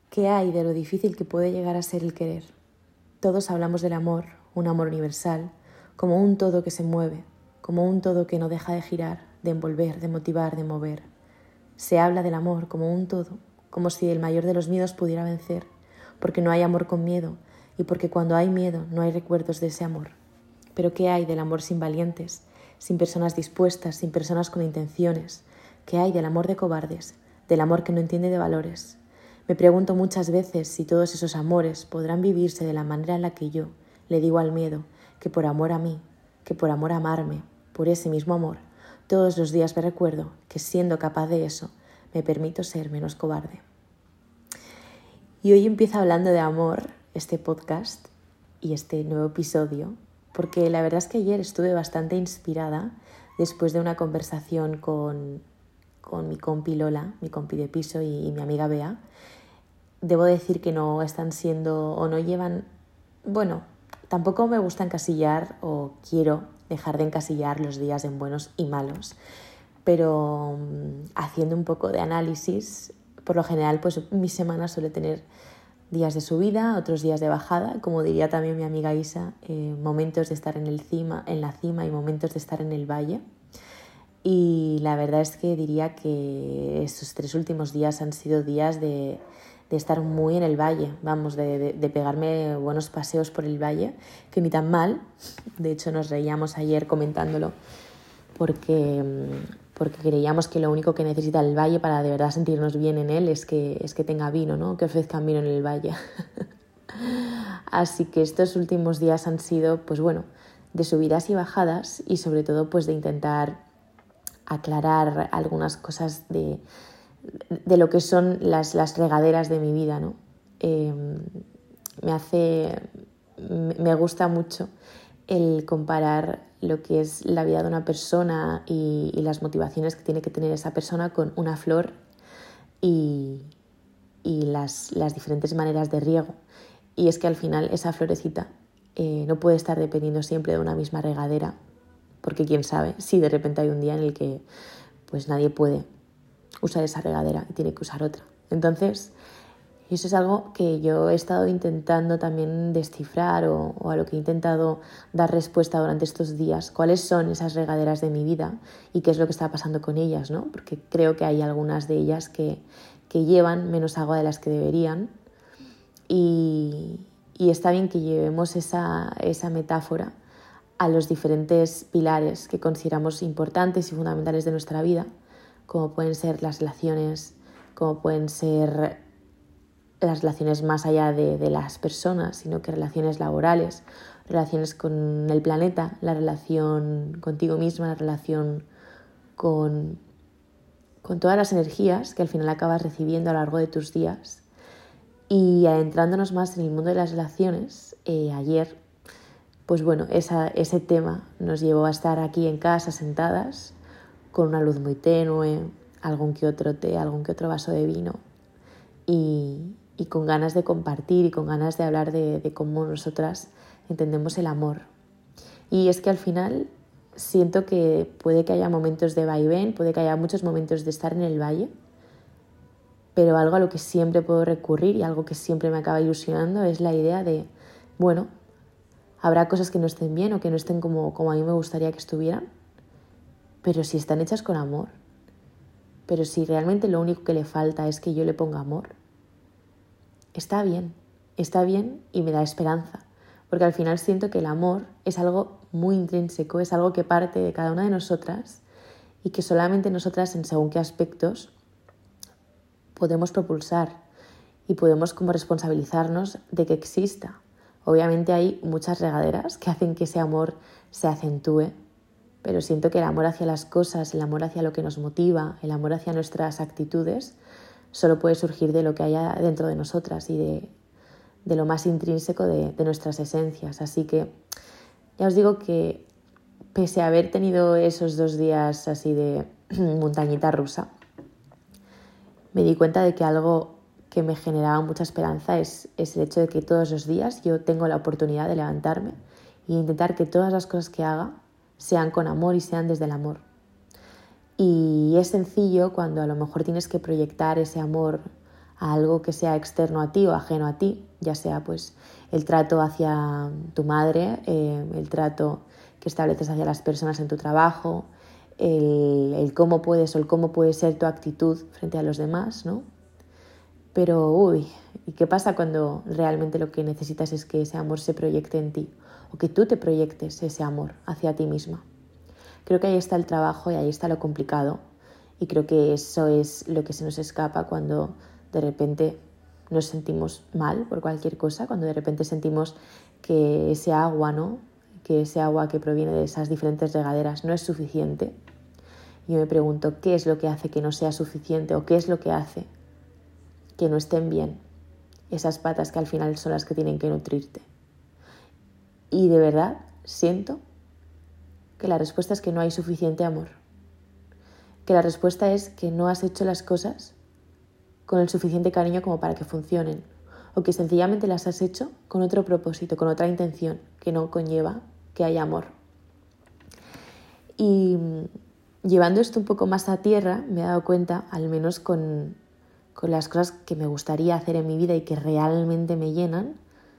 ¿Qué hay de lo difícil que puede llegar a ser el querer? Todos hablamos del amor, un amor universal, como un todo que se mueve, como un todo que no deja de girar, de envolver, de motivar, de mover. Se habla del amor como un todo, como si el mayor de los miedos pudiera vencer, porque no hay amor con miedo y porque cuando hay miedo no hay recuerdos de ese amor. Pero ¿qué hay del amor sin valientes, sin personas dispuestas, sin personas con intenciones? ¿Qué hay del amor de cobardes, del amor que no entiende de valores? Me pregunto muchas veces si todos esos amores podrán vivirse de la manera en la que yo le digo al miedo que por amor a mí, que por amor a amarme, por ese mismo amor, todos los días me recuerdo que siendo capaz de eso, me permito ser menos cobarde. Y hoy empieza hablando de amor este podcast y este nuevo episodio, porque la verdad es que ayer estuve bastante inspirada después de una conversación con mi compi Lola, mi compi de piso y mi amiga Bea. Debo decir que no están siendo o no llevan, bueno, tampoco me gusta encasillar o quiero dejar de encasillar los días en buenos y malos, pero haciendo un poco de análisis, por lo general pues mi semana suele tener días de subida, otros días de bajada, como diría también mi amiga Isa, momentos de estar en la cima y momentos de estar en el valle. Y la verdad es que diría que estos 3 últimos días han sido días de estar muy en el valle, vamos, de pegarme buenos paseos por el valle, que ni tan mal. De hecho nos reíamos ayer comentándolo porque creíamos que lo único que necesita el valle para de verdad sentirnos bien en él es que tenga vino, ¿no? Que ofrezcan vino en el valle. Así que estos últimos días han sido, pues bueno, de subidas y bajadas y sobre todo pues de intentar aclarar algunas cosas de lo que son las regaderas de mi vida, ¿no? Me gusta mucho el comparar lo que es la vida de una persona y las motivaciones que tiene que tener esa persona con una flor y las diferentes maneras de riego. Y es que al final esa florecita no puede estar dependiendo siempre de una misma regadera, porque quién sabe si de repente hay un día en el que pues nadie puede usar esa regadera y tiene que usar otra. Entonces, eso es algo que yo he estado intentando también descifrar o a lo que he intentado dar respuesta durante estos días. ¿Cuáles son esas regaderas de mi vida y qué es lo que está pasando con ellas, ¿no? Porque creo que hay algunas de ellas que llevan menos agua de las que deberían y está bien que llevemos esa metáfora a los diferentes pilares que consideramos importantes y fundamentales de nuestra vida, como pueden ser las relaciones, como pueden ser las relaciones más allá de las personas, sino que relaciones laborales, relaciones con el planeta, la relación contigo misma, la relación con todas las energías que al final acabas recibiendo a lo largo de tus días. Y adentrándonos más en el mundo de las relaciones, ayer, pues bueno, ese tema nos llevó a estar aquí en casa sentadas con una luz muy tenue, algún que otro té, algún que otro vaso de vino y con ganas de compartir y con ganas de hablar de cómo nosotras entendemos el amor. Y es que al final siento que puede que haya momentos de vaivén, puede que haya muchos momentos de estar en el valle, pero algo a lo que siempre puedo recurrir y algo que siempre me acaba ilusionando es la idea de, bueno, habrá cosas que no estén bien o que no estén como a mí me gustaría que estuvieran, pero si están hechas con amor, pero si realmente lo único que le falta es que yo le ponga amor, está bien y me da esperanza, porque al final siento que el amor es algo muy intrínseco, es algo que parte de cada una de nosotras y que solamente nosotras en según qué aspectos podemos propulsar y podemos como responsabilizarnos de que exista. Obviamente hay muchas regaderas que hacen que ese amor se acentúe, pero siento que el amor hacia las cosas, el amor hacia lo que nos motiva, el amor hacia nuestras actitudes, solo puede surgir de lo que haya dentro de nosotras y de lo más intrínseco de nuestras esencias. Así que ya os digo que pese a haber tenido esos 2 días así de montañita rusa, me di cuenta de que algo que me generaba mucha esperanza es el hecho de que todos los días yo tengo la oportunidad de levantarme e intentar que todas las cosas que haga sean con amor y sean desde el amor. Y es sencillo cuando a lo mejor tienes que proyectar ese amor a algo que sea externo a ti o ajeno a ti, ya sea pues el trato hacia tu madre, el trato que estableces hacia las personas en tu trabajo, el cómo puedes o el cómo puede ser tu actitud frente a los demás, ¿no? Pero, ¿y qué pasa cuando realmente lo que necesitas es que ese amor se proyecte en ti o que tú te proyectes ese amor hacia ti misma? Creo que ahí está el trabajo y ahí está lo complicado y creo que eso es lo que se nos escapa cuando de repente nos sentimos mal por cualquier cosa, cuando de repente sentimos que ese agua, ¿no? Que ese agua que proviene de esas diferentes regaderas no es suficiente. Yo me pregunto, ¿qué es lo que hace que no sea suficiente o qué es lo que hace que no estén bien esas patas que al final son las que tienen que nutrirte? Y de verdad siento que la respuesta es que no hay suficiente amor, que la respuesta es que no has hecho las cosas con el suficiente cariño como para que funcionen, o que sencillamente las has hecho con otro propósito, con otra intención, que no conlleva que haya amor. Y llevando esto un poco más a tierra, me he dado cuenta, al menos con las cosas que me gustaría hacer en mi vida y que realmente me llenan,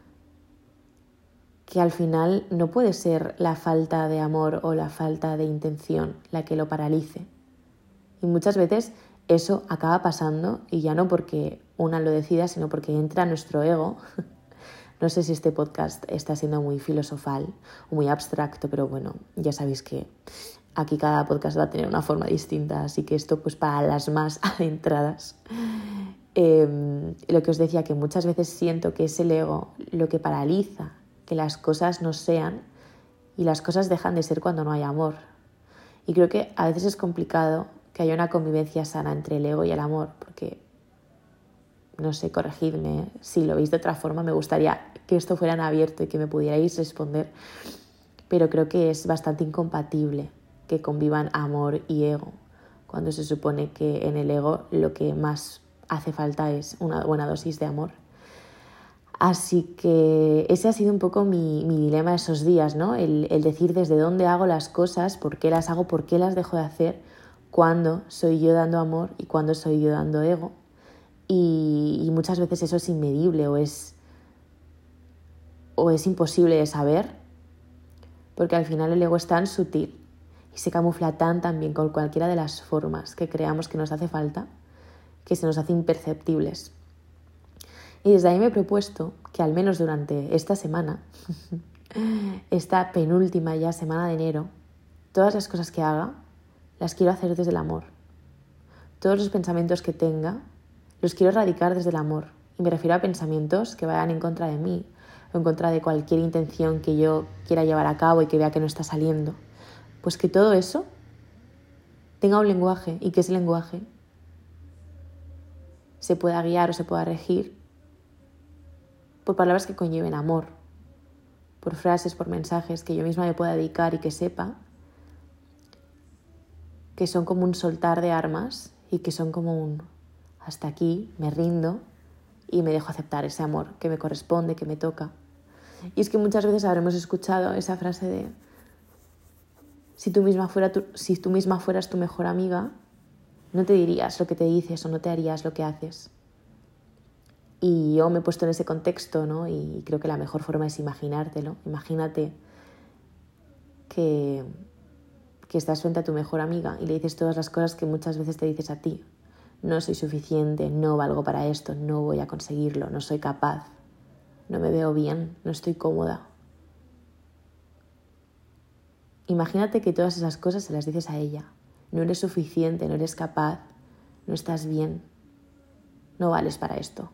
que al final no puede ser la falta de amor o la falta de intención la que lo paralice. Y muchas veces eso acaba pasando, y ya no porque una lo decida, sino porque entra nuestro ego. No sé si este podcast está siendo muy filosofal o muy abstracto, pero bueno, ya sabéis que aquí cada podcast va a tener una forma distinta, así que esto pues para las más adentradas. Lo que os decía, que muchas veces siento que es el ego lo que paraliza que las cosas no sean, y las cosas dejan de ser cuando no hay amor. Y creo que a veces es complicado que haya una convivencia sana entre el ego y el amor, porque, no sé, corregidme, si lo veis de otra forma, me gustaría que esto fuera en abierto y que me pudierais responder, pero creo que es bastante incompatible que convivan amor y ego, cuando se supone que en el ego lo que más hace falta es una buena dosis de amor. Así que ese ha sido un poco mi dilema esos días, ¿no? El decir desde dónde hago las cosas, por qué las hago, por qué las dejo de hacer, cuándo soy yo dando amor y cuándo soy yo dando ego. Y muchas veces eso es inmedible o es imposible de saber, porque al final el ego es tan sutil y se camufla tan bien con cualquiera de las formas que creamos que nos hace falta, que se nos hace imperceptibles. Y desde ahí me he propuesto que al menos durante esta semana, esta penúltima ya semana de enero, todas las cosas que haga las quiero hacer desde el amor. Todos los pensamientos que tenga los quiero erradicar desde el amor. Y me refiero a pensamientos que vayan en contra de mí o en contra de cualquier intención que yo quiera llevar a cabo y que vea que no está saliendo. Pues que todo eso tenga un lenguaje, y que ese lenguaje se pueda guiar o se pueda regir por palabras que conlleven amor, por frases, por mensajes que yo misma me pueda dedicar y que sepa que son como un soltar de armas y que son como un hasta aquí, me rindo y me dejo aceptar ese amor que me corresponde, que me toca. Y es que muchas veces habremos escuchado esa frase de si tú misma fueras tu mejor amiga, no te dirías lo que te dices o no te harías lo que haces. Y yo me he puesto en ese contexto, ¿no? Y creo que la mejor forma es imaginártelo. Imagínate que estás frente a tu mejor amiga y le dices todas las cosas que muchas veces te dices a ti. No soy suficiente, no valgo para esto, no voy a conseguirlo, no soy capaz, no me veo bien, no estoy cómoda. Imagínate que todas esas cosas se las dices a ella. No eres suficiente, no eres capaz, no estás bien, no vales para esto.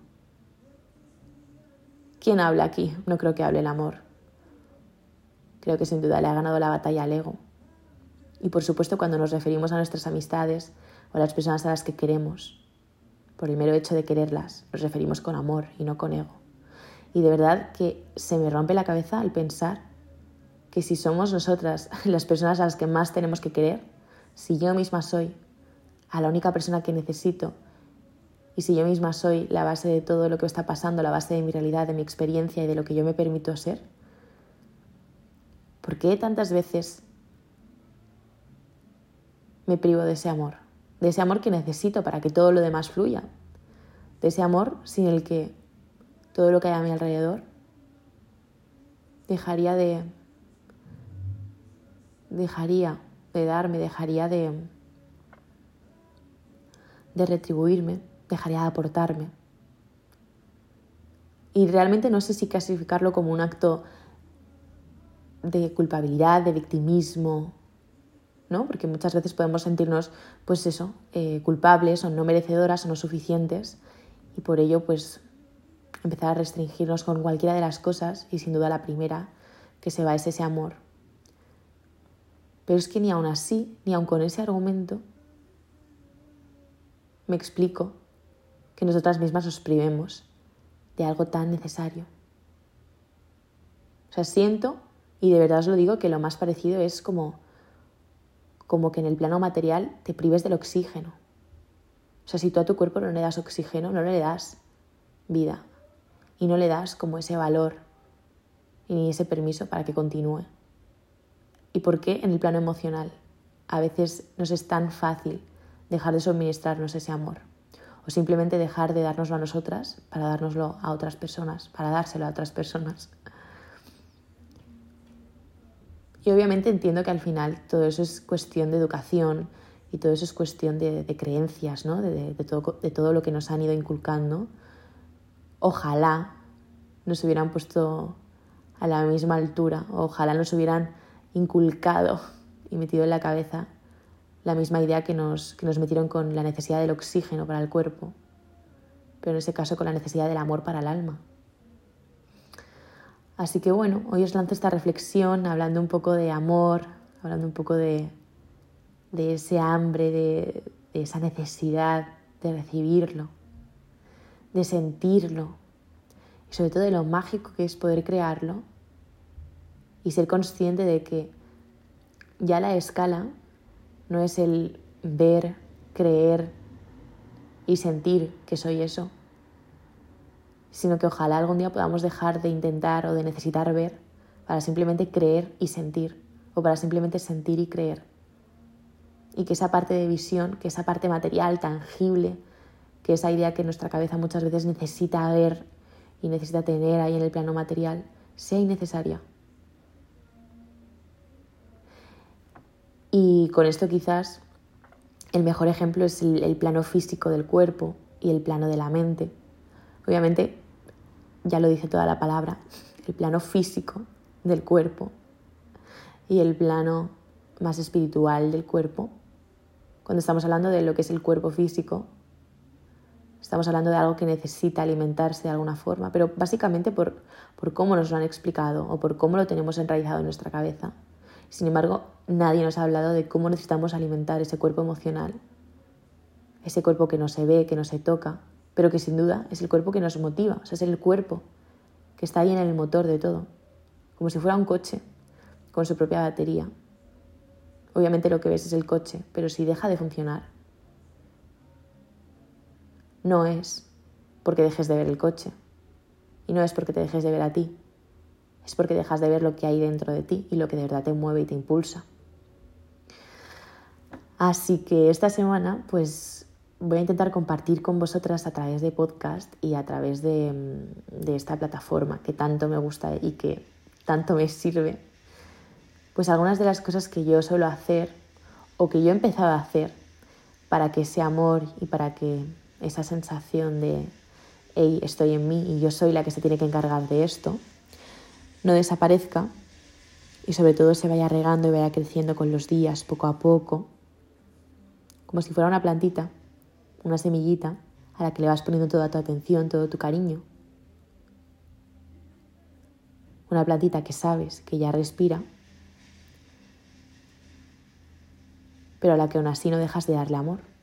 ¿Quién habla aquí? No creo que hable el amor. Creo que sin duda le ha ganado la batalla al ego. Y por supuesto, cuando nos referimos a nuestras amistades o a las personas a las que queremos, por el mero hecho de quererlas, nos referimos con amor y no con ego. Y de verdad que se me rompe la cabeza al pensar que si somos nosotras las personas a las que más tenemos que querer, si yo misma soy a la única persona que necesito, y si yo misma soy la base de todo lo que está pasando, la base de mi realidad, de mi experiencia y de lo que yo me permito ser, ¿por qué tantas veces me privo de ese amor? De ese amor que necesito para que todo lo demás fluya. de ese amor sin el que todo lo que hay a mi alrededor dejaría de darme, dejaría de retribuirme, dejaría de aportarme. Y realmente no sé si clasificarlo como un acto de culpabilidad, de victimismo, ¿no? Porque muchas veces podemos sentirnos, pues eso, culpables o no merecedoras o no suficientes, y por ello, pues, empezar a restringirnos con cualquiera de las cosas, y sin duda la primera que se va es ese amor. Pero es que ni aun así, ni aun con ese argumento, me explico que nosotras mismas nos privemos de algo tan necesario. O sea, siento, y de verdad os lo digo, que lo más parecido es como que en el plano material te prives del oxígeno. O sea, si tú a tu cuerpo no le das oxígeno, no le das vida. Y no le das como ese valor y ese permiso para que continúe. ¿Y por qué en el plano emocional? A veces nos es tan fácil dejar de suministrarnos ese amor. O simplemente dejar de dárnoslo a nosotras para dárnoslo a otras personas, para dárselo a otras personas. Y obviamente entiendo que al final todo eso es cuestión de educación y todo eso es cuestión de creencias, ¿no? de todo lo que nos han ido inculcando. Ojalá nos hubieran puesto a la misma altura, ojalá nos hubieran inculcado y metido en la cabeza la misma idea que nos metieron con la necesidad del oxígeno para el cuerpo, pero en ese caso con la necesidad del amor para el alma. Así que bueno, hoy os lanzo esta reflexión hablando un poco de amor, hablando un poco de ese hambre, de esa necesidad de recibirlo, de sentirlo y sobre todo de lo mágico que es poder crearlo y ser consciente de que ya la escala no es el ver, creer y sentir que soy eso, sino que ojalá algún día podamos dejar de intentar o de necesitar ver para simplemente creer y sentir, o para simplemente sentir y creer. Y que esa parte de visión, que esa parte material, tangible, que esa idea que nuestra cabeza muchas veces necesita ver y necesita tener ahí en el plano material, sea innecesaria. Y con esto quizás el mejor ejemplo es el plano físico del cuerpo y el plano de la mente. Obviamente, ya lo dice toda la palabra, el plano físico del cuerpo y el plano más espiritual del cuerpo. Cuando estamos hablando de lo que es el cuerpo físico, estamos hablando de algo que necesita alimentarse de alguna forma, pero básicamente por cómo nos lo han explicado o por cómo lo tenemos enraizado en nuestra cabeza. Sin embargo, nadie nos ha hablado de cómo necesitamos alimentar ese cuerpo emocional, ese cuerpo que no se ve, que no se toca, pero que sin duda es el cuerpo que nos motiva, o sea, es el cuerpo que está ahí en el motor de todo, como si fuera un coche con su propia batería. Obviamente lo que ves es el coche, pero si deja de funcionar, no es porque dejes de ver el coche y no es porque te dejes de ver a ti, es porque dejas de ver lo que hay dentro de ti y lo que de verdad te mueve y te impulsa. Así que esta semana pues voy a intentar compartir con vosotras a través de podcast y a través de esta plataforma que tanto me gusta y que tanto me sirve, pues algunas de las cosas que yo suelo hacer o que yo he empezado a hacer para que ese amor y para que esa sensación de hey, estoy en mí y yo soy la que se tiene que encargar de esto, no desaparezca y sobre todo se vaya regando y vaya creciendo con los días poco a poco, como si fuera una plantita, una semillita a la que le vas poniendo toda tu atención, todo tu cariño. Una plantita que sabes que ya respira, pero a la que aún así no dejas de darle amor.